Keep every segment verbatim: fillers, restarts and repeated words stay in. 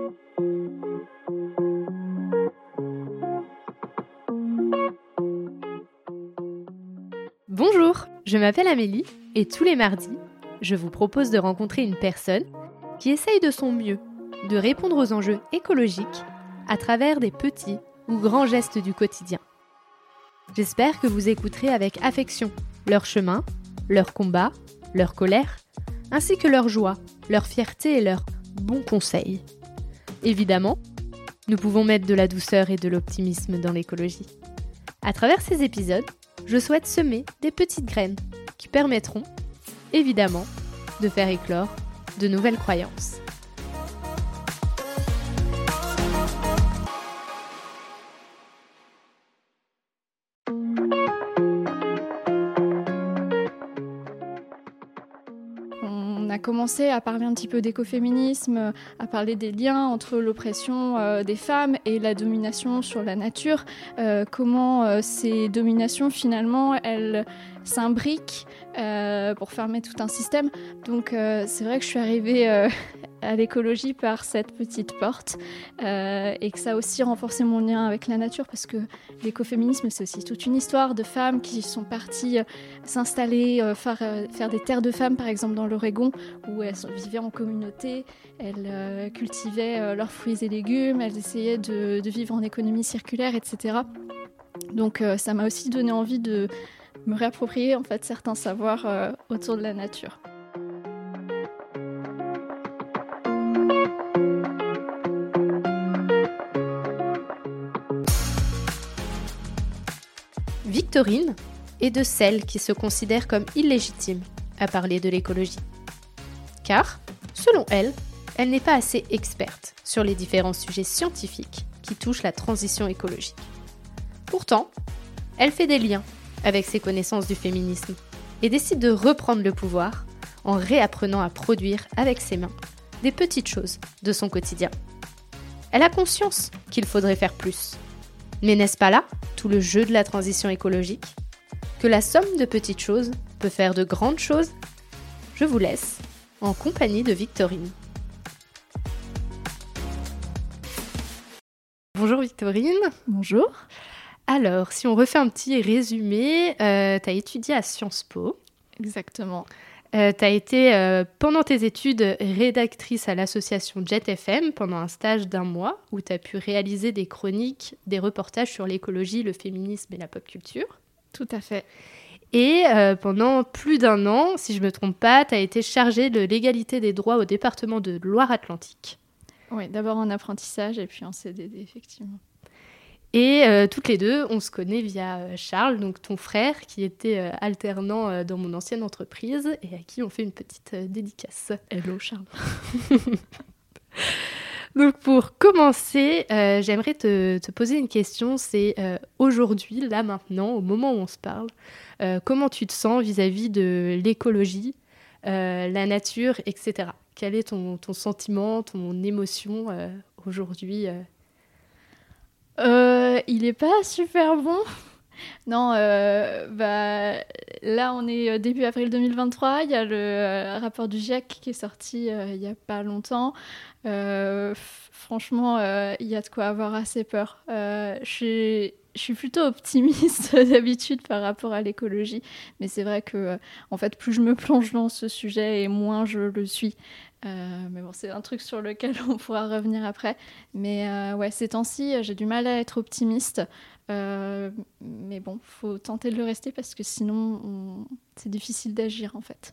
Bonjour, je m'appelle Amélie et tous les mardis, je vous propose de rencontrer une personne qui essaye de son mieux de répondre aux enjeux écologiques à travers des petits ou grands gestes du quotidien. J'espère que vous écouterez avec affection leur chemin, leurs combats, leur colère, ainsi que leur joie, leur fierté et leurs bons conseils. Évidemment, nous pouvons mettre de la douceur et de l'optimisme dans l'écologie. À travers ces épisodes, je souhaite semer des petites graines qui permettront, évidemment, de faire éclore de nouvelles croyances. On a commencé à parler un petit peu d'écoféminisme, à parler des liens entre l'oppression euh, des femmes et la domination sur la nature, euh, comment euh, ces dominations finalement elles s'imbriquent euh, pour former tout un système. Donc euh, c'est vrai que je suis arrivée euh, à l'écologie par cette petite porte euh, et que ça a aussi renforcé mon lien avec la nature parce que l'écoféminisme c'est aussi toute une histoire de femmes qui sont parties euh, s'installer, euh, faire, euh, faire des terres de femmes par exemple dans l'Oregon où elles vivaient en communauté, elles euh, cultivaient euh, leurs fruits et légumes, elles essayaient de, de vivre en économie circulaire, et cetera. Donc euh, ça m'a aussi donné envie de me réapproprier en fait certains savoirs euh, autour de la nature. Victorine est de celles qui se considèrent comme illégitimes à parler de l'écologie. Car, selon elle, elle n'est pas assez experte sur les différents sujets scientifiques qui touchent la transition écologique. Pourtant, elle fait des liens avec ses connaissances du féminisme et décide de reprendre le pouvoir en réapprenant à produire avec ses mains des petites choses de son quotidien. Elle a conscience qu'il faudrait faire plus. Mais n'est-ce pas là tout le jeu de la transition écologique ? Que la somme de petites choses peut faire de grandes choses ? Je vous laisse en compagnie de Victorine. Bonjour Victorine. Bonjour. Alors, si on refait un petit résumé, euh, tu as étudié à Sciences Po. Exactement. Euh, tu as été, euh, pendant tes études, rédactrice à l'association Jet F M pendant un stage d'un mois où tu as pu réaliser des chroniques, des reportages sur l'écologie, le féminisme et la pop culture. Tout à fait. Et euh, pendant plus d'un an, si je ne me trompe pas, tu as été chargée de l'égalité des droits au département de Loire-Atlantique. Oui, d'abord en apprentissage et puis en C D D, effectivement. Et euh, toutes les deux, on se connaît via euh, Charles, donc ton frère, qui était euh, alternant euh, dans mon ancienne entreprise et à qui on fait une petite euh, dédicace. Hello Charles. Donc pour commencer, euh, j'aimerais te, te poser une question, c'est euh, aujourd'hui, là maintenant, au moment où on se parle, euh, comment tu te sens vis-à-vis de l'écologie, euh, la nature, et cetera. Quel est ton, ton sentiment, ton émotion euh, aujourd'hui euh... Euh, il est pas super bon. Non, euh, bah, là on est début avril deux mille vingt-trois, il y a le euh, rapport du GIEC qui est sorti euh, il y a pas longtemps. Euh, f- franchement, euh, il y a de quoi avoir assez peur. Euh, je suis je suis plutôt optimiste d'habitude par rapport à l'écologie, mais c'est vrai que euh, en fait, plus je me plonge dans ce sujet et moins je le suis. Euh, mais bon, c'est un truc sur lequel on pourra revenir après. Mais euh, ouais, ces temps-ci, j'ai du mal à être optimiste. Euh, mais bon, faut tenter de le rester parce que sinon, on... c'est difficile d'agir en fait.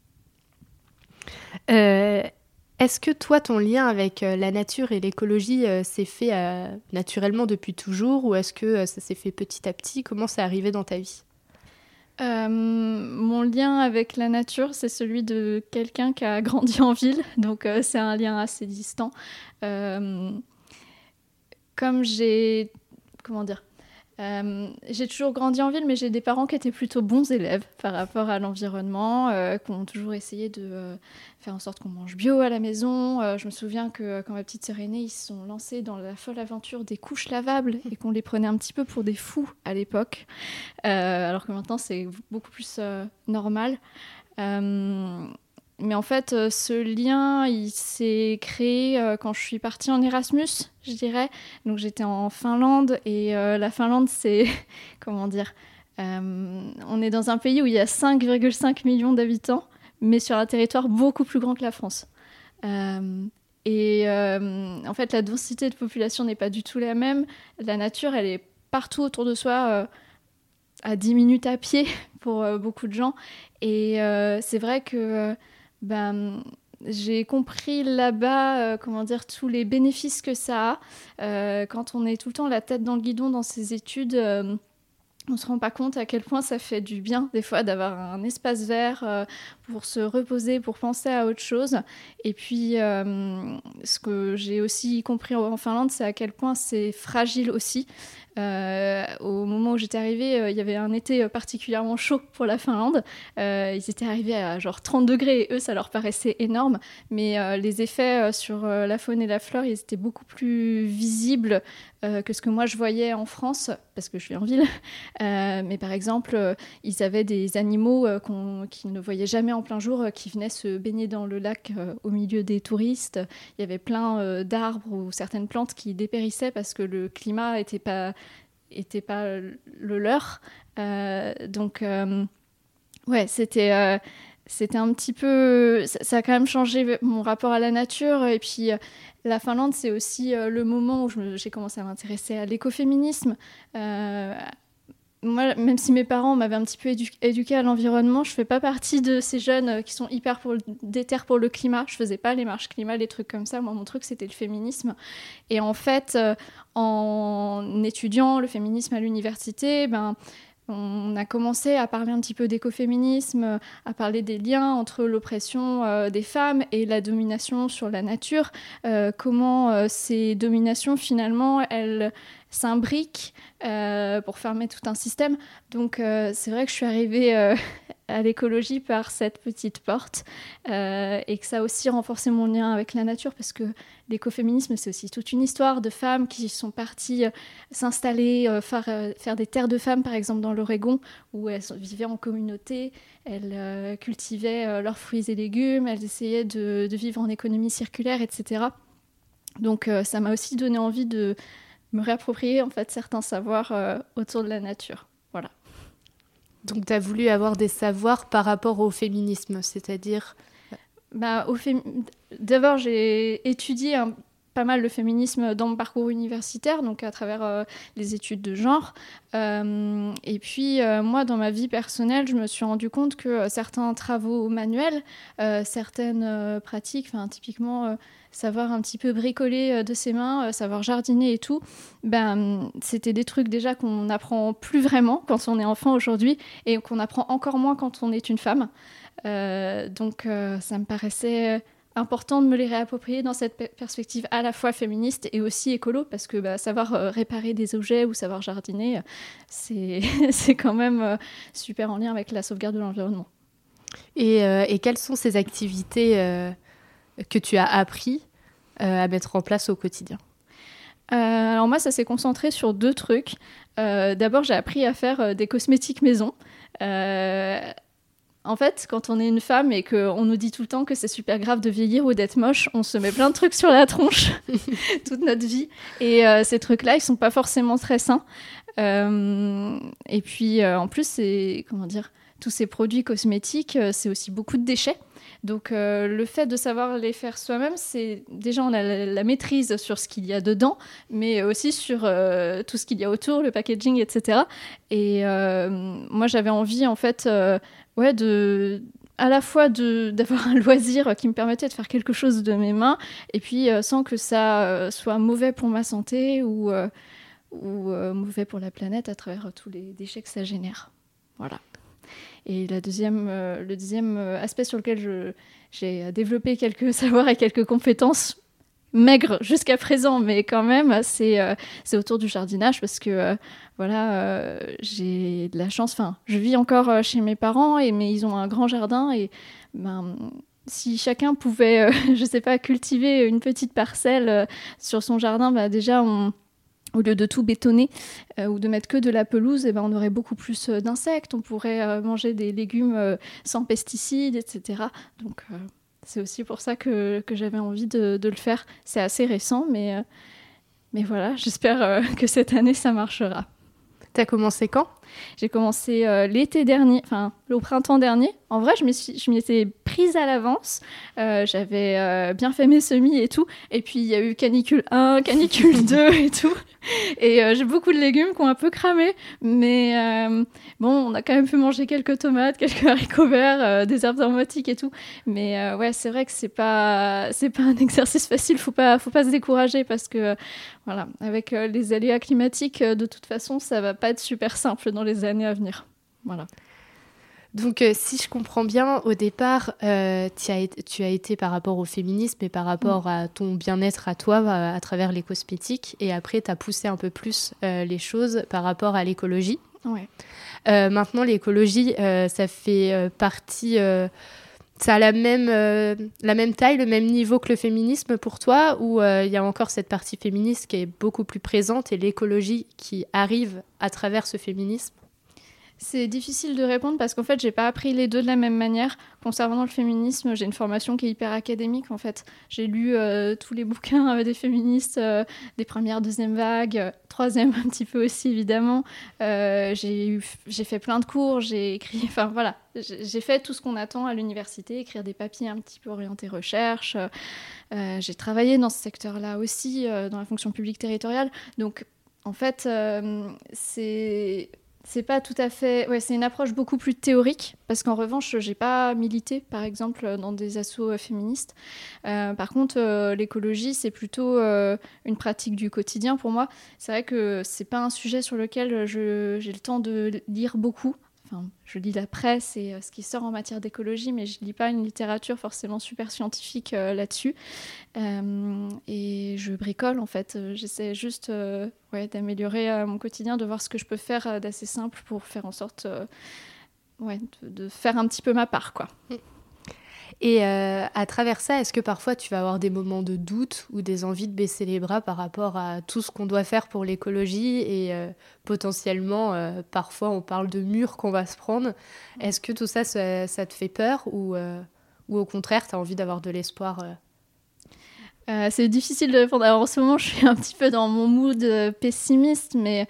Euh, est-ce que toi, ton lien avec euh, la nature et l'écologie euh, s'est fait euh, naturellement depuis toujours ou est-ce que euh, ça s'est fait petit à petit ? Comment c'est arrivé dans ta vie ? Euh, mon lien avec la nature, c'est celui de quelqu'un qui a grandi en ville, donc euh, c'est un lien assez distant. Euh, comme j'ai... Comment dire ? Euh, j'ai toujours grandi en ville, mais j'ai des parents qui étaient plutôt bons élèves par rapport à l'environnement, euh, qui ont toujours essayé de euh, faire en sorte qu'on mange bio à la maison. Euh, je me souviens que euh, quand ma petite sœur est née, ils se sont lancés dans la folle aventure des couches lavables et qu'on les prenait un petit peu pour des fous à l'époque, euh, alors que maintenant c'est beaucoup plus euh, normal. Euh, mais en fait, euh, ce lien, il s'est créé euh, quand je suis partie en Erasmus, je dirais. Donc j'étais en Finlande et euh, la Finlande, c'est... comment dire euh, on est dans un pays où il y a cinq virgule cinq millions d'habitants, mais sur un territoire beaucoup plus grand que la France. Euh, et euh, en fait, la densité de population n'est pas du tout la même. La nature, elle est partout autour de soi, euh, à dix minutes à pied pour euh, beaucoup de gens. Et euh, c'est vrai que euh, ben, j'ai compris là-bas euh, comment dire, tous les bénéfices que ça a. Euh, quand on est tout le temps la tête dans le guidon dans ses études, euh, on ne se rend pas compte à quel point ça fait du bien, des fois, d'avoir un espace vert euh, pour se reposer, pour penser à autre chose. Et puis, euh, ce que j'ai aussi compris en Finlande, c'est à quel point c'est fragile aussi. Euh, au moment où j'étais arrivée, euh, il y avait un été particulièrement chaud pour la Finlande. Euh, ils étaient arrivés à genre trente degrés et eux, ça leur paraissait énorme. Mais euh, les effets euh, sur euh, la faune et la flore, ils étaient beaucoup plus visibles euh, que ce que moi je voyais en France, parce que je suis en ville. Euh, mais par exemple, euh, ils avaient des animaux euh, qu'on, qu'ils ne voyaient jamais en plein jour, euh, qui venaient se baigner dans le lac euh, au milieu des touristes. Il y avait plein euh, d'arbres ou certaines plantes qui dépérissaient parce que le climat n'était pas était pas le leur. Euh, donc, euh, ouais, c'était, euh, c'était un petit peu... Ça, ça a quand même changé mon rapport à la nature. Et puis, euh, la Finlande, c'est aussi euh, le moment où je me, j'ai commencé à m'intéresser à l'écoféminisme. Euh, Moi, même si mes parents m'avaient un petit peu édu- éduquée à l'environnement, je ne fais pas partie de ces jeunes euh, qui sont hyper pour le, déter pour le climat. Je ne faisais pas les marches climat, les trucs comme ça. Moi, mon truc, c'était le féminisme. Et en fait, euh, en étudiant le féminisme à l'université, ben, on a commencé à parler un petit peu d'écoféminisme, à parler des liens entre l'oppression euh, des femmes et la domination sur la nature. Euh, comment euh, ces dominations, finalement, elles s'imbriquent euh, pour former tout un système. Donc euh, c'est vrai que je suis arrivée euh, à l'écologie par cette petite porte euh, et que ça a aussi renforcé mon lien avec la nature, parce que l'écoféminisme, c'est aussi toute une histoire de femmes qui sont parties euh, s'installer, euh, faire, euh, faire des terres de femmes, par exemple dans l'Oregon, où elles vivaient en communauté, elles euh, cultivaient euh, leurs fruits et légumes, elles essayaient de, de vivre en économie circulaire, et cetera. Donc euh, ça m'a aussi donné envie de me réapproprier en fait certains savoirs euh, autour de la nature. Voilà. Donc tu as voulu avoir des savoirs par rapport au féminisme, c'est-à-dire bah, au fém... D'abord, j'ai étudié un... pas mal le féminisme dans mon parcours universitaire, donc à travers euh, les études de genre. Euh, et puis, euh, moi, dans ma vie personnelle, je me suis rendu compte que euh, certains travaux manuels, euh, certaines euh, pratiques, typiquement euh, savoir un petit peu bricoler euh, de ses mains, euh, savoir jardiner et tout, ben, c'était des trucs déjà qu'on n'apprend plus vraiment quand on est enfant aujourd'hui et qu'on apprend encore moins quand on est une femme. Euh, donc, euh, ça me paraissait important de me les réapproprier dans cette pe- perspective à la fois féministe et aussi écolo, parce que bah, savoir euh, réparer des objets ou savoir jardiner, euh, c'est, c'est quand même euh, super en lien avec la sauvegarde de l'environnement. Et, euh, et quelles sont ces activités euh, que tu as appris euh, à mettre en place au quotidien ? Euh, alors moi, ça s'est concentré sur deux trucs. Euh, d'abord, j'ai appris à faire euh, des cosmétiques maison. Euh, En fait, quand on est une femme et qu'on nous dit tout le temps que c'est super grave de vieillir ou d'être moche, on se met plein de trucs sur la tronche toute notre vie. Et euh, ces trucs-là, ils sont pas forcément très sains. Euh, et puis, euh, en plus, c'est, comment dire, tous ces produits cosmétiques, euh, c'est aussi beaucoup de déchets. Donc, euh, le fait de savoir les faire soi-même, c'est déjà, on a la, la maîtrise sur ce qu'il y a dedans, mais aussi sur euh, tout ce qu'il y a autour, le packaging, et cetera. Et euh, moi, j'avais envie, en fait... Euh, Ouais, de, à la fois de, d'avoir un loisir qui me permettait de faire quelque chose de mes mains, et puis euh, sans que ça euh, soit mauvais pour ma santé ou, euh, ou euh, mauvais pour la planète à travers euh, tous les déchets que ça génère. Voilà. Et la deuxième, euh, le deuxième aspect sur lequel je, j'ai développé quelques savoirs et quelques compétences maigre jusqu'à présent, mais quand même, c'est, euh, c'est autour du jardinage, parce que euh, voilà, euh, j'ai de la chance, enfin, je vis encore euh, chez mes parents, et, mais ils ont un grand jardin, et ben, si chacun pouvait, euh, je sais pas, cultiver une petite parcelle euh, sur son jardin, ben, déjà, on, au lieu de tout bétonner euh, ou de mettre que de la pelouse, eh ben, on aurait beaucoup plus euh, d'insectes, on pourrait euh, manger des légumes euh, sans pesticides, et cetera. Donc, euh, c'est aussi pour ça que, que j'avais envie de, de le faire. C'est assez récent, mais, euh, mais voilà, j'espère euh, que cette année, ça marchera. T'as commencé quand ? J'ai commencé euh, l'été dernier, enfin au printemps dernier. En vrai, je m'y suis, je m'y étais prise à l'avance. Euh, j'avais euh, bien fait mes semis et tout. Et puis, il y a eu canicule un, canicule deux et tout. Et euh, j'ai beaucoup de légumes qui ont un peu cramé. Mais euh, bon, on a quand même pu manger quelques tomates, quelques haricots verts, euh, des herbes aromatiques et tout. Mais euh, ouais, c'est vrai que c'est pas, c'est pas un exercice facile. Faut pas, faut pas se décourager parce que, euh, voilà, avec euh, les aléas climatiques, euh, de toute façon, ça va pas être super simple dans les années à venir. Voilà. Donc, euh, si je comprends bien, au départ, euh, tu as, tu as été par rapport au féminisme et par rapport mmh. à ton bien-être à toi, à, à travers les cosmétiques. Et après, tu as poussé un peu plus euh, les choses par rapport à l'écologie. Ouais. Euh, maintenant, l'écologie, euh, ça fait euh, partie... Euh, ça a la même, euh, la même taille, le même niveau que le féminisme pour toi, ou il euh, y a encore cette partie féministe qui est beaucoup plus présente et l'écologie qui arrive à travers ce féminisme ? C'est difficile de répondre parce qu'en fait, j'ai pas appris les deux de la même manière. Concernant le féminisme, j'ai une formation qui est hyper académique en fait. J'ai lu euh, tous les bouquins euh, des féministes, euh, des premières, deuxième vagues, euh, troisième un petit peu aussi évidemment. Euh, j'ai, eu, j'ai fait plein de cours, j'ai écrit, enfin voilà, j'ai, j'ai fait tout ce qu'on attend à l'université, écrire des papiers un petit peu orientés recherche. Euh, j'ai travaillé dans ce secteur-là aussi, euh, dans la fonction publique territoriale. Donc en fait, euh, c'est... C'est pas tout à fait... Ouais, c'est une approche beaucoup plus théorique, parce qu'en revanche, j'ai pas milité, par exemple, dans des assos féministes. Euh, par contre, euh, l'écologie, c'est plutôt euh, une pratique du quotidien pour moi. C'est vrai que c'est pas un sujet sur lequel je, j'ai le temps de lire beaucoup. Enfin, je lis la presse et euh, ce qui sort en matière d'écologie, mais je lis pas une littérature forcément super scientifique euh, là-dessus. Euh, et je bricole, en fait. J'essaie juste euh, ouais, d'améliorer euh, mon quotidien, de voir ce que je peux faire euh, d'assez simple pour faire en sorte euh, ouais, de, de faire un petit peu ma part, quoi. Et euh, à travers ça, est-ce que parfois tu vas avoir des moments de doute ou des envies de baisser les bras par rapport à tout ce qu'on doit faire pour l'écologie et euh, potentiellement, euh, parfois on parle de murs qu'on va se prendre. Est-ce que tout ça, ça, ça te fait peur ou, euh, ou au contraire, tu as envie d'avoir de l'espoir euh... Euh, c'est difficile de répondre. Alors en ce moment, je suis un petit peu dans mon mood euh, pessimiste, mais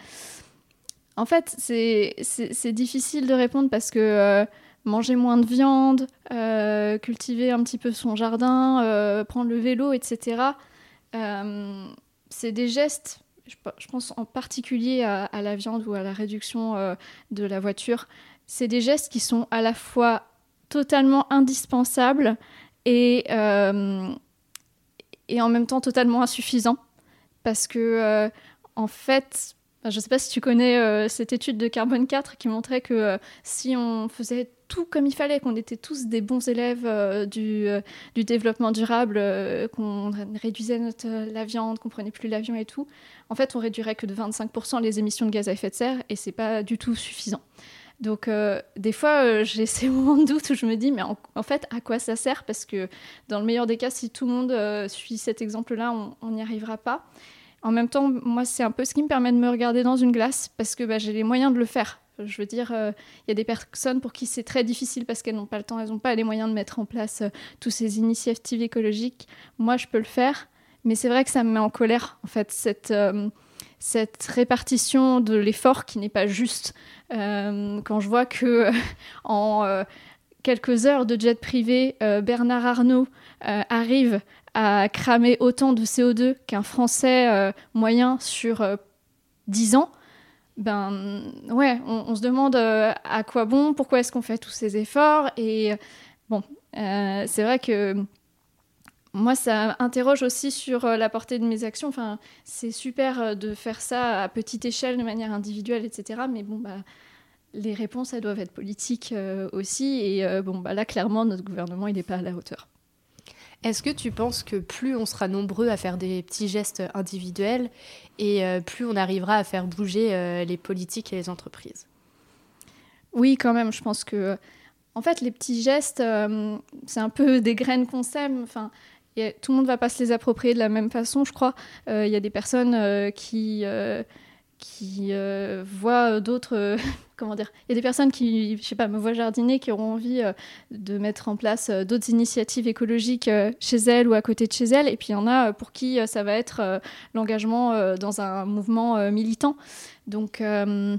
en fait, c'est, c'est, c'est difficile de répondre parce que euh, manger moins de viande, euh, cultiver un petit peu son jardin, euh, prendre le vélo, et cetera, euh, c'est des gestes, je, je pense en particulier à, à la viande ou à la réduction euh, de la voiture, c'est des gestes qui sont à la fois totalement indispensables et... Euh, et en même temps totalement insuffisant, parce que, euh, en fait, je ne sais pas si tu connais euh, cette étude de Carbone quatre qui montrait que euh, si on faisait tout comme il fallait, qu'on était tous des bons élèves euh, du, euh, du développement durable, euh, qu'on réduisait notre, euh, la viande, qu'on prenait plus l'avion et tout, en fait, on réduirait que de vingt-cinq pour cent les émissions de gaz à effet de serre, et ce n'est pas du tout suffisant. Donc, euh, des fois, euh, j'ai ces moments de doute où je me dis, mais en, en fait, à quoi ça sert ? Parce que dans le meilleur des cas, si tout le monde euh, suit cet exemple-là, on n'y arrivera pas. En même temps, moi, c'est un peu ce qui me permet de me regarder dans une glace, parce que bah, j'ai les moyens de le faire. Je veux dire, il euh, y a des personnes pour qui c'est très difficile parce qu'elles n'ont pas le temps, elles n'ont pas les moyens de mettre en place euh, toutes ces initiatives écologiques. Moi, je peux le faire, mais c'est vrai que ça me met en colère, en fait, cette... Euh, cette répartition de l'effort qui n'est pas juste. Euh, quand je vois que euh, en euh, quelques heures de jet privé, euh, Bernard Arnault euh, arrive à cramer autant de C O deux qu'un Français euh, moyen sur euh, dix ans, ben ouais, on, on se demande euh, à quoi bon, pourquoi est-ce qu'on fait tous ces efforts. Et bon, euh, c'est vrai que moi, ça interroge aussi sur la portée de mes actions. Enfin, c'est super de faire ça à petite échelle, de manière individuelle, et cetera. Mais bon, bah, les réponses, elles doivent être politiques euh, aussi. Et euh, bon, bah, là, clairement, notre gouvernement, il n'est pas à la hauteur. Est-ce que tu penses que plus on sera nombreux à faire des petits gestes individuels et euh, plus on arrivera à faire bouger euh, les politiques et les entreprises ? Oui, quand même. Je pense que, en fait, les petits gestes, euh, c'est un peu des graines qu'on sème. Enfin, et tout le monde ne va pas se les approprier de la même façon, je crois. Il euh, y a des personnes euh, qui, euh, qui euh, voient d'autres... Euh, comment dire ? Il y a des personnes qui, je sais pas, me voient jardiner, qui auront envie euh, de mettre en place euh, d'autres initiatives écologiques euh, chez elles ou à côté de chez elles. Et puis il y en a euh, pour qui euh, ça va être euh, l'engagement euh, dans un mouvement euh, militant. Donc... Euh,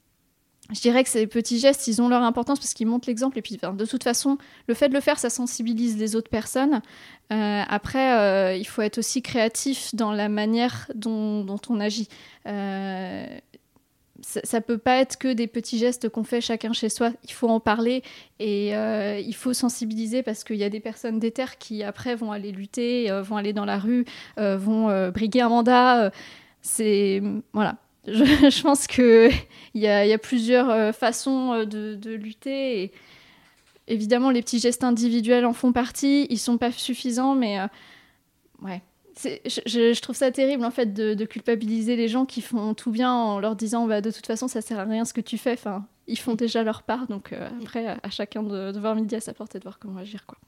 Je dirais que ces petits gestes, ils ont leur importance parce qu'ils montrent l'exemple. Et puis, enfin, de toute façon, le fait de le faire, ça sensibilise les autres personnes. Euh, après, euh, il faut être aussi créatif dans la manière dont, dont on agit. Euh, ça ne peut pas être que des petits gestes qu'on fait chacun chez soi. Il faut en parler et euh, il faut sensibiliser parce qu'il y a des personnes déter qui, après, vont aller lutter, euh, vont aller dans la rue, euh, vont euh, briguer un mandat. Euh, c'est... Voilà. Je, je pense qu'il y, y a plusieurs euh, façons euh, de, de lutter. Et évidemment, les petits gestes individuels en font partie. Ils ne sont pas suffisants, mais euh, ouais. C'est, je, je trouve ça terrible en fait, de, de culpabiliser les gens qui font tout bien en leur disant bah, de toute façon, ça ne sert à rien ce que tu fais. Enfin, ils font déjà leur part. Donc euh, après, à, à chacun de, de voir midi à sa portée et de voir comment agir, quoi.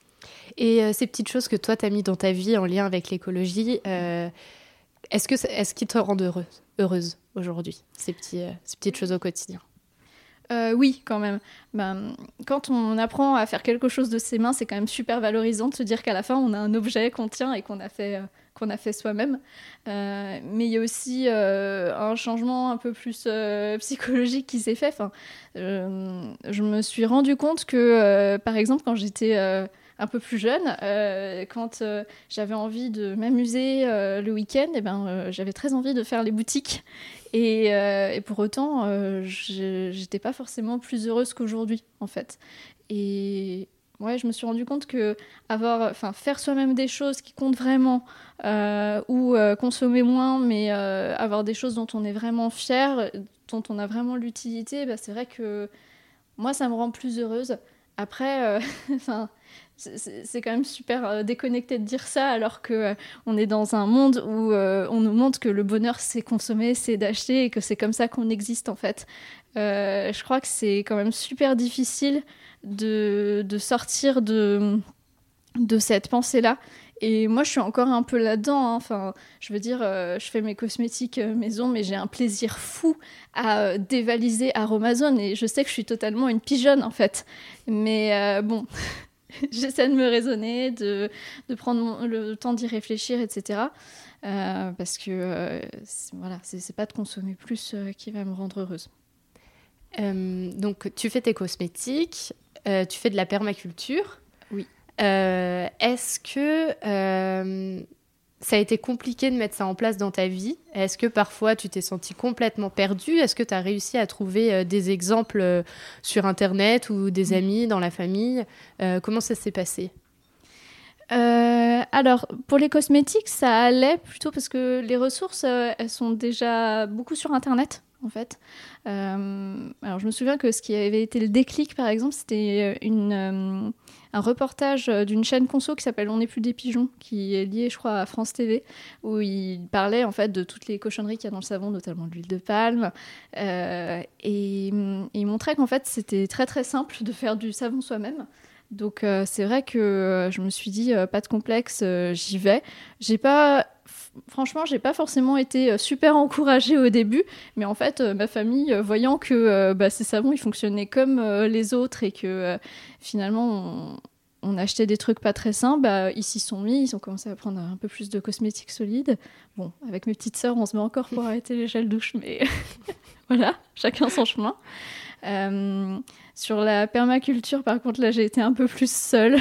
Et euh, ces petites choses que toi, tu as mis dans ta vie en lien avec l'écologie, euh, est-ce, que, est-ce qu'ils te rendent heureuse heureuse aujourd'hui, ces, petits, euh, ces petites choses au quotidien? euh, Oui, quand même. Ben, quand on apprend à faire quelque chose de ses mains, c'est quand même super valorisant de se dire qu'à la fin, on a un objet qu'on tient et qu'on a fait, euh, qu'on a fait soi-même. Euh, mais il y a aussi euh, un changement un peu plus euh, psychologique qui s'est fait. Enfin, euh, je me suis rendu compte que, euh, par exemple, quand j'étais... Euh, un peu plus jeune, euh, quand euh, j'avais envie de m'amuser euh, le week-end, eh ben, euh, j'avais très envie de faire les boutiques. Et, euh, et pour autant, euh, je n'étais pas forcément plus heureuse qu'aujourd'hui, en fait. Et ouais, je me suis rendu compte que avoir, enfin, faire soi-même des choses qui comptent vraiment, euh, ou euh, consommer moins, mais euh, avoir des choses dont on est vraiment fier, dont on a vraiment l'utilité, bah, c'est vrai que moi, ça me rend plus heureuse. Après, enfin... Euh, C'est, c'est quand même super euh, déconnecté de dire ça alors qu'on euh, est dans un monde où euh, on nous montre que le bonheur c'est consommer, c'est d'acheter et que c'est comme ça qu'on existe en fait. Euh, je crois que c'est quand même super difficile de, de sortir de, de cette pensée-là. Et moi, je suis encore un peu là-dedans. Hein. Enfin, je veux dire, euh, je fais mes cosmétiques euh, maison, mais j'ai un plaisir fou à euh, dévaliser Aromazone. Et je sais que je suis totalement une pigeonne en fait. Mais euh, bon... J'essaie de me raisonner, de, de prendre mon, le temps d'y réfléchir, et cetera. Euh, parce que euh, c'est, voilà, c'est, c'est pas de consommer plus euh, qui va me rendre heureuse. Euh, donc, tu fais tes cosmétiques, euh, tu fais de la permaculture. Oui. Euh, est-ce que euh, ça a été compliqué de mettre ça en place dans ta vie ? Est-ce que parfois tu t'es sentie complètement perdue ? Est-ce que tu as réussi à trouver euh, des exemples euh, sur Internet ou des amis dans la famille ? euh, Comment ça s'est passé ? Euh, alors, pour les cosmétiques, ça allait plutôt parce que les ressources, euh, elles sont déjà beaucoup sur Internet, en fait. Euh, alors, je me souviens que ce qui avait été le déclic, par exemple, c'était une, euh, un reportage d'une chaîne conso qui s'appelle On n'est plus des pigeons, qui est lié, je crois, à France T V, où il parlait, en fait, de toutes les cochonneries qu'il y a dans le savon, notamment l'huile de palme. Euh, et, et il montrait qu'en fait, c'était très, très simple de faire du savon soi-même. Donc euh, c'est vrai que euh, je me suis dit euh, pas de complexe, euh, j'y vais. J'ai pas, f- franchement, j'ai pas forcément été euh, super encouragée au début, mais en fait euh, ma famille, euh, voyant que euh, bah, ces savons ils fonctionnaient comme euh, les autres et que euh, finalement on, on achetait des trucs pas très sains, bah, ils s'y sont mis, ils ont commencé à prendre un peu plus de cosmétiques solides. Bon, avec mes petites sœurs, on se met encore pour arrêter les gels douche, mais voilà, chacun son chemin. Euh, sur la permaculture, par contre, là, j'ai été un peu plus seule.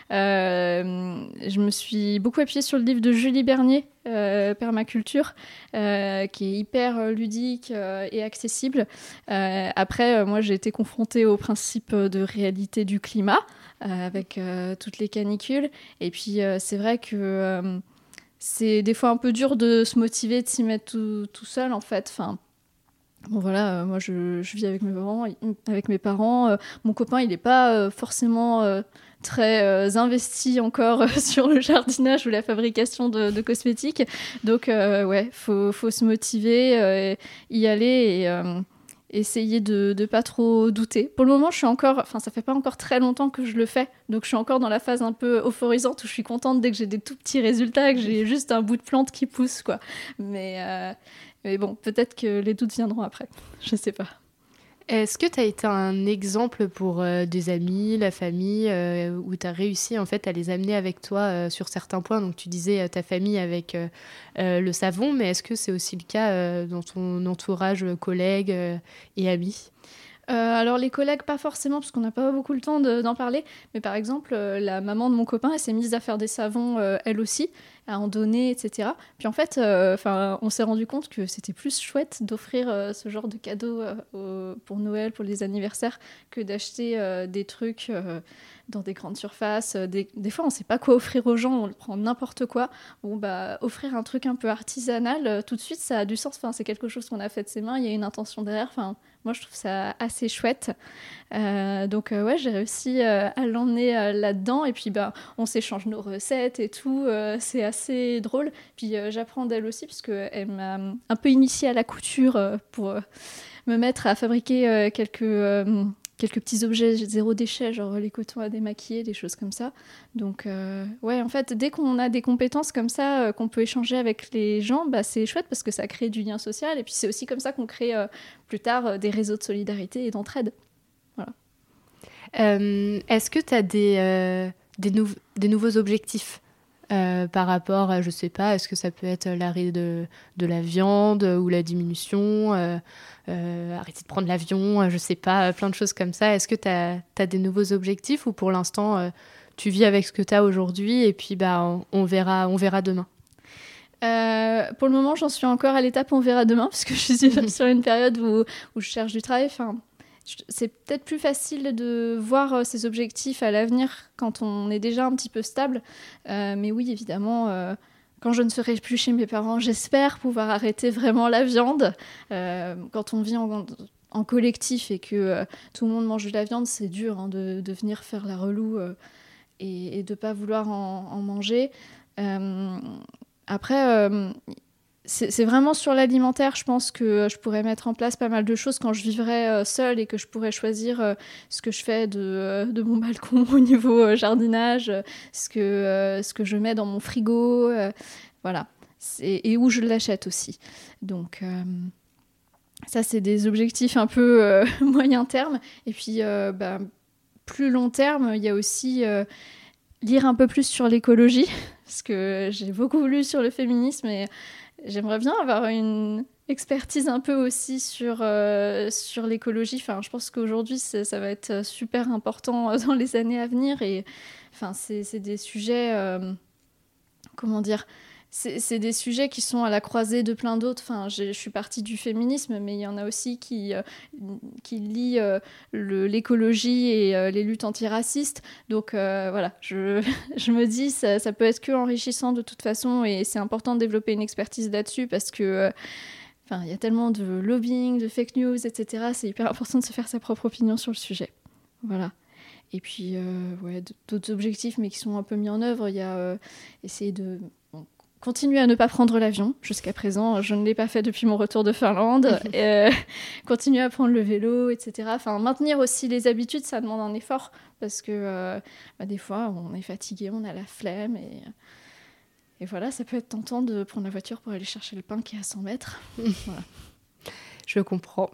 Euh, je me suis beaucoup appuyée sur le livre de Julie Bernier, euh, Permaculture, euh, qui est hyper ludique euh, et accessible. Euh, après, euh, moi, j'ai été confrontée au principe de réalité du climat, euh, avec euh, toutes les canicules. Et puis, euh, c'est vrai que euh, c'est des fois un peu dur de se motiver, de s'y mettre tout, tout seul, en fait. Enfin, bon voilà, euh, moi je, je vis avec mes parents. Avec mes parents. Euh, mon copain, il n'est pas euh, forcément euh, très euh, investi encore euh, sur le jardinage ou la fabrication de, de cosmétiques. Donc euh, ouais, faut, faut se motiver, euh, y aller et, euh, essayer de ne pas trop douter. Pour le moment, je suis encore, enfin, ça fait pas encore très longtemps que je le fais, donc je suis encore dans la phase un peu euphorisante où je suis contente dès que j'ai des tout petits résultats, que j'ai juste un bout de plante qui pousse, quoi. Mais, euh, mais bon, peut-être que les doutes viendront après. Je sais pas. Est-ce que tu as été un exemple pour euh, des amis, la famille, euh, où tu as réussi en fait à les amener avec toi euh, sur certains points? Donc tu disais euh, ta famille avec euh, euh, le savon, mais est-ce que c'est aussi le cas euh, dans ton entourage, euh, collègues euh, et amis? Euh, alors les collègues, pas forcément, parce qu'on n'a pas beaucoup le temps de, d'en parler. Mais par exemple, euh, la maman de mon copain, elle s'est mise à faire des savons, euh, elle aussi, à en donner, et cetera. Puis en fait, euh, on s'est rendu compte que c'était plus chouette d'offrir euh, ce genre de cadeaux euh, au, pour Noël, pour les anniversaires, que d'acheter euh, des trucs euh, dans des grandes surfaces. Des, des fois, on ne sait pas quoi offrir aux gens, on prend n'importe quoi. Bon, bah, offrir un truc un peu artisanal, euh, tout de suite, ça a du sens. Enfin, c'est quelque chose qu'on a fait de ses mains, il y a une intention derrière. Enfin, moi, je trouve ça assez chouette. Euh, donc, euh, ouais, j'ai réussi euh, à l'emmener euh, là-dedans. Et puis, bah, on s'échange nos recettes et tout. Euh, c'est assez drôle. Puis, euh, j'apprends d'elle aussi, puisqu'elle m'a un peu initiée à la couture euh, pour euh, me mettre à fabriquer euh, quelques, euh, quelques petits objets zéro déchet, genre les cotons à démaquiller, des choses comme ça. Donc, euh, ouais, en fait, dès qu'on a des compétences comme ça, euh, qu'on peut échanger avec les gens, bah, c'est chouette parce que ça crée du lien social. Et puis, c'est aussi comme ça qu'on crée euh, plus tard euh, des réseaux de solidarité et d'entraide. Voilà. Euh, est-ce que tu as des, euh, des, nou- des nouveaux objectifs euh, par rapport à, je sais pas, est-ce que ça peut être l'arrêt de, de la viande ou la diminution, euh, euh, arrêter de prendre l'avion, je sais pas, plein de choses comme ça. Est-ce que tu as des nouveaux objectifs ou pour l'instant, euh, tu vis avec ce que tu as aujourd'hui et puis bah, on, on, verra, on verra demain? Euh, pour le moment, j'en suis encore à l'étape on verra demain parce que je suis sur une période où, où je cherche du travail. Enfin, c'est peut-être plus facile de voir ses objectifs à l'avenir quand on est déjà un petit peu stable. Euh, mais oui, évidemment, euh, quand je ne serai plus chez mes parents, j'espère pouvoir arrêter vraiment la viande. Euh, quand on vit en, en collectif et que euh, tout le monde mange de la viande, c'est dur hein, de, de venir faire la reloue euh, et, et de ne pas vouloir en, en manger. Euh, après... Euh, C'est, c'est vraiment sur l'alimentaire, je pense que je pourrais mettre en place pas mal de choses quand je vivrais euh, seule et que je pourrais choisir euh, ce que je fais de, euh, de mon balcon au niveau euh, jardinage, euh, ce, que, euh, ce que je mets dans mon frigo, euh, voilà, c'est, et où je l'achète aussi. Donc euh, ça, c'est des objectifs un peu euh, moyen terme. Et puis, euh, bah, plus long terme, il y a aussi... Euh, lire un peu plus sur l'écologie, parce que j'ai beaucoup lu sur le féminisme et j'aimerais bien avoir une expertise un peu aussi sur, euh, sur l'écologie. Enfin, je pense qu'aujourd'hui, ça, ça va être super important dans les années à venir. Et enfin, c'est, c'est des sujets... Euh, comment dire c'est, c'est des sujets qui sont à la croisée de plein d'autres. Enfin, je suis partie du féminisme, mais il y en a aussi qui, euh, qui lient euh, le, l'écologie et euh, les luttes antiracistes. Donc euh, voilà, je, je me dis ça, ça peut être que enrichissant de toute façon, et c'est important de développer une expertise là-dessus parce que euh, enfin, il y a tellement de lobbying, de fake news, et cetera. C'est hyper important de se faire sa propre opinion sur le sujet. Voilà. Et puis, euh, ouais, d'autres objectifs, mais qui sont un peu mis en œuvre. Il y a euh, essayer de bon, continuer à ne pas prendre l'avion. Jusqu'à présent, je ne l'ai pas fait depuis mon retour de Finlande. euh, continuer à prendre le vélo, et cetera. Enfin, maintenir aussi les habitudes, ça demande un effort. Parce que euh, bah, des fois, on est fatigué, on a la flemme. Et, et voilà, ça peut être tentant de prendre la voiture pour aller chercher le pain qui est à cent mètres. Voilà. Je comprends.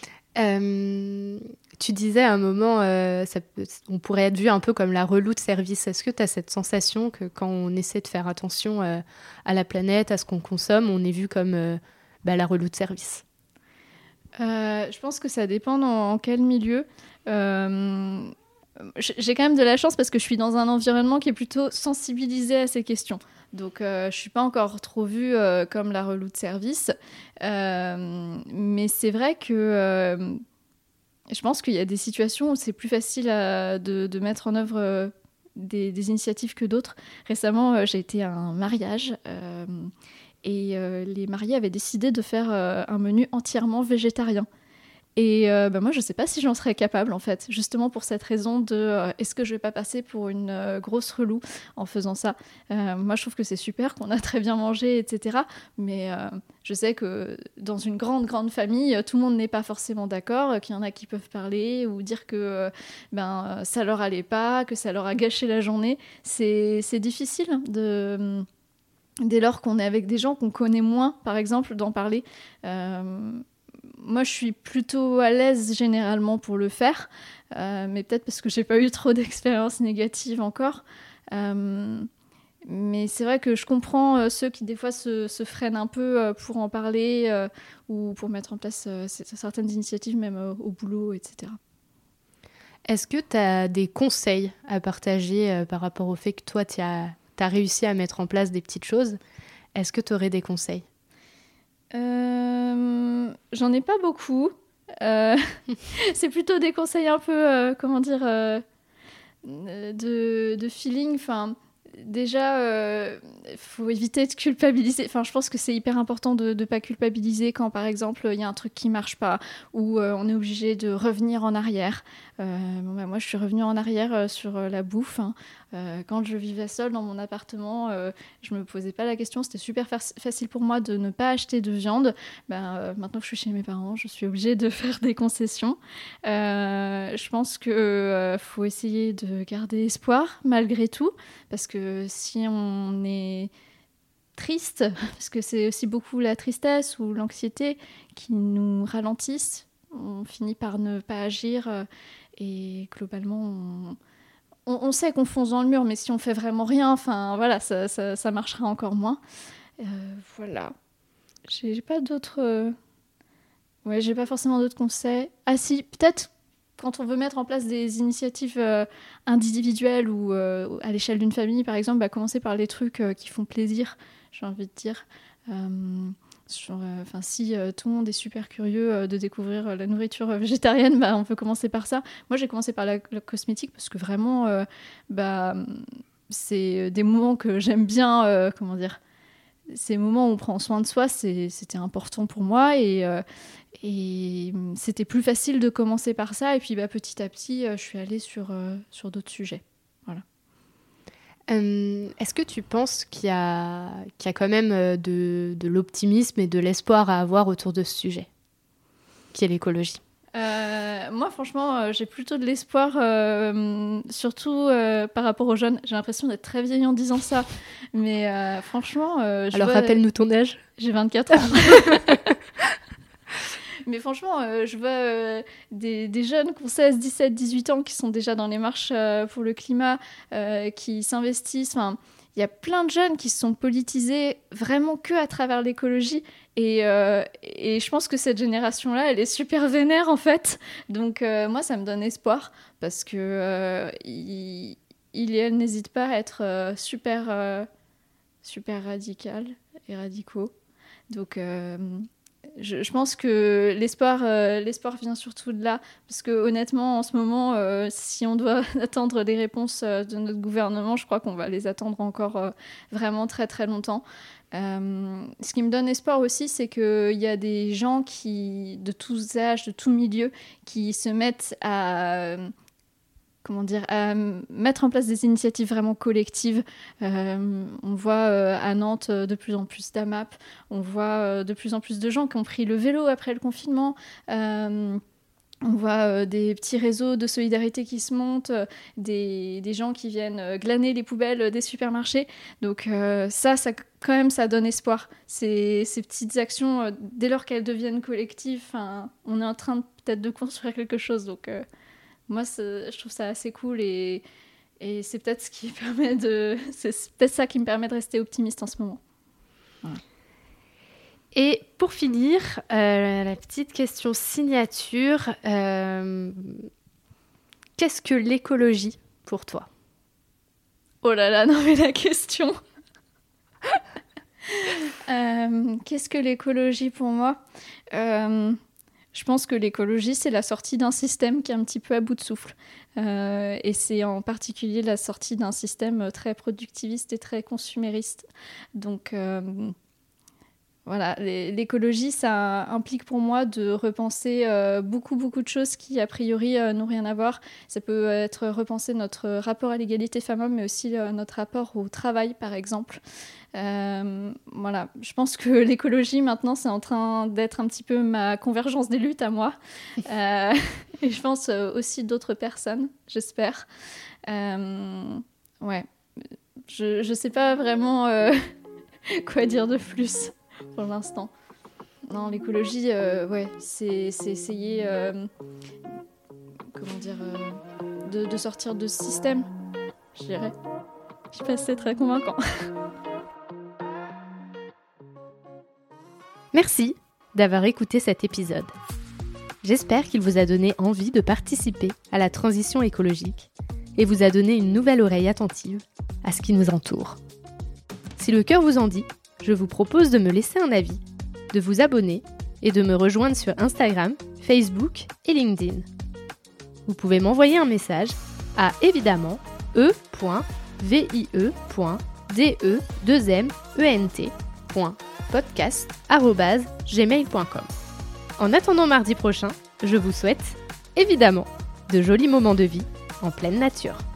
Euh, tu disais à un moment, euh, ça peut, on pourrait être vu un peu comme la reloue de service. Est-ce que tu as cette sensation que quand on essaie de faire attention euh, à la planète, à ce qu'on consomme, on est vu comme euh, bah, la reloue de service? euh, Je pense que ça dépend dans en quel milieu. Euh, j'ai quand même de la chance parce que je suis dans un environnement qui est plutôt sensibilisé à ces questions. Donc, euh, je ne suis pas encore trop vue euh, comme la reloue de service. Euh, mais c'est vrai que euh, je pense qu'il y a des situations où c'est plus facile à, de, de mettre en œuvre euh, des, des initiatives que d'autres. Récemment, euh, j'ai été à un mariage euh, et euh, les mariés avaient décidé de faire euh, un menu entièrement végétarien. Et euh, bah, moi, je ne sais pas si j'en serais capable, en fait, justement pour cette raison de euh, est-ce que je ne vais pas passer pour une euh, grosse relou en faisant ça. Euh, moi, je trouve que c'est super, qu'on a très bien mangé, et cetera. Mais euh, je sais que dans une grande, grande famille, tout le monde n'est pas forcément d'accord, qu'il y en a qui peuvent parler ou dire que euh, ben, ça leur allait pas, que ça leur a gâché la journée. C'est, c'est difficile de... Dès lors qu'on est avec des gens qu'on connaît moins, par exemple, d'en parler. Euh, moi, je suis plutôt à l'aise généralement pour le faire, euh, mais peut-être parce que j'ai pas eu trop d'expériences négatives encore. Euh, mais c'est vrai que je comprends euh, ceux qui des fois se, se freinent un peu euh, pour en parler euh, ou pour mettre en place euh, certaines initiatives, même euh, au boulot, et cetera. Est-ce que tu as des conseils à partager euh, par rapport au fait que toi, tu as réussi à mettre en place des petites choses? Est-ce que tu aurais des conseils? euh, J'en ai pas beaucoup. Euh, c'est plutôt des conseils un peu, euh, comment dire, euh, de, de feeling. Enfin, déjà, il euh, faut éviter de culpabiliser. Enfin, je pense que c'est hyper important de ne pas culpabiliser quand, par exemple, il y a un truc qui marche pas ou euh, on est obligé de revenir en arrière. Euh, bon, bah, moi, je suis revenue en arrière euh, sur euh, la bouffe. Hein. Euh, quand je vivais seule dans mon appartement, euh, je me posais pas la question. C'était super fa- facile pour moi de ne pas acheter de viande. Ben, euh, maintenant que je suis chez mes parents, je suis obligée de faire des concessions. Euh, je pense qu'il euh, faut essayer de garder espoir malgré tout, parce que si on est triste, parce que c'est aussi beaucoup la tristesse ou l'anxiété qui nous ralentissent, on finit par ne pas agir euh, et globalement on... On, on sait qu'on fonce dans le mur, mais si on fait vraiment rien, enfin voilà, ça, ça, ça marchera encore moins. Euh, voilà. J'ai, j'ai pas d'autres. Euh... Ouais, j'ai pas forcément d'autres conseils. Ah si, peut-être quand on veut mettre en place des initiatives euh, individuelles ou euh, à l'échelle d'une famille, par exemple, bah, commencer par les trucs euh, qui font plaisir, j'ai envie de dire. Euh, sur, euh, si euh, tout le monde est super curieux euh, de découvrir euh, la nourriture euh, végétarienne, bah, on peut commencer par ça. Moi, j'ai commencé par la, la cosmétique parce que vraiment, euh, bah, c'est des moments que j'aime bien, euh, comment dire, ces moments où on prend soin de soi, c'est, c'était important pour moi et, euh, et c'était plus facile de commencer par ça. Et puis bah, petit à petit, euh, je suis allée sur, euh, sur d'autres sujets. Voilà. Euh, est-ce que tu penses qu'il y a, qu'il y a quand même de, de l'optimisme et de l'espoir à avoir autour de ce sujet, qui est l'écologie? Euh, moi, franchement, euh, j'ai plutôt de l'espoir, euh, surtout euh, par rapport aux jeunes. J'ai l'impression d'être très vieille en disant ça, mais euh, franchement... Euh, je Alors, vois... rappelle-nous ton âge. J'ai vingt-quatre ans. Mais franchement, euh, je vois euh, des, des jeunes qui ont seize, dix-sept, dix-huit ans qui sont déjà dans les marches euh, pour le climat, euh, qui s'investissent. Enfin, il y a plein de jeunes qui se sont politisés vraiment que à travers l'écologie. Et, euh, et je pense que cette génération-là, elle est super vénère en fait. Donc euh, moi, ça me donne espoir parce que euh, il, il et elle n'hésitent pas à être euh, super, euh, super radicales et radicaux. Donc euh, je, je pense que l'espoir, euh, l'espoir vient surtout de là. Parce que honnêtement, en ce moment, euh, si on doit attendre des réponses euh, de notre gouvernement, je crois qu'on va les attendre encore euh, vraiment très très longtemps. Euh, ce qui me donne espoir aussi, c'est qu'il y a des gens qui, de tous âges, de tous milieux, qui se mettent à... comment dire, à mettre en place des initiatives vraiment collectives. Euh, on voit euh, à Nantes euh, de plus en plus d'A M A P, on voit euh, de plus en plus de gens qui ont pris le vélo après le confinement. Euh, on voit euh, des petits réseaux de solidarité qui se montent, euh, des, des gens qui viennent euh, glaner les poubelles des supermarchés. Donc euh, ça, ça, quand même, ça donne espoir. Ces, ces petites actions, euh, dès lors qu'elles deviennent collectives, on est en train de, peut-être de construire quelque chose. Donc euh, moi, c'est, je trouve ça assez cool et, et c'est peut-être ce qui permet de, c'est peut-être ça qui me permet de rester optimiste en ce moment. Voilà. Et pour finir, euh, la petite question signature, euh, qu'est-ce que l'écologie pour toi? Oh là là, non mais la question. euh, qu'est-ce que l'écologie pour moi? euh, Je pense que l'écologie, c'est la sortie d'un système qui est un petit peu à bout de souffle. Euh, et c'est en particulier la sortie d'un système très productiviste et très consumériste. Donc... Euh, Voilà, l'écologie, ça implique pour moi de repenser euh, beaucoup, beaucoup de choses qui, a priori, euh, n'ont rien à voir. Ça peut être repenser notre rapport à l'égalité femmes-hommes, mais aussi euh, notre rapport au travail, par exemple. Euh, voilà, je pense que l'écologie, maintenant, c'est en train d'être un petit peu ma convergence des luttes à moi. Euh, et je pense aussi d'autres personnes, j'espère. Euh, ouais, je ne sais pas vraiment euh, quoi dire de plus. Pour l'instant. Non, l'écologie, euh, ouais, c'est, c'est essayer, euh, comment dire, euh, de, de sortir de ce système, je dirais. Je sais pas si c'est très convaincant. Merci d'avoir écouté cet épisode. J'espère qu'il vous a donné envie de participer à la transition écologique et vous a donné une nouvelle oreille attentive à ce qui nous entoure. Si le cœur vous en dit, je vous propose de me laisser un avis, de vous abonner et de me rejoindre sur Instagram, Facebook et LinkedIn. Vous pouvez m'envoyer un message à évidemment e point vie point de deux m ent point podcast arobase gmail point com. En attendant mardi prochain, je vous souhaite, évidemment, de jolis moments de vie en pleine nature.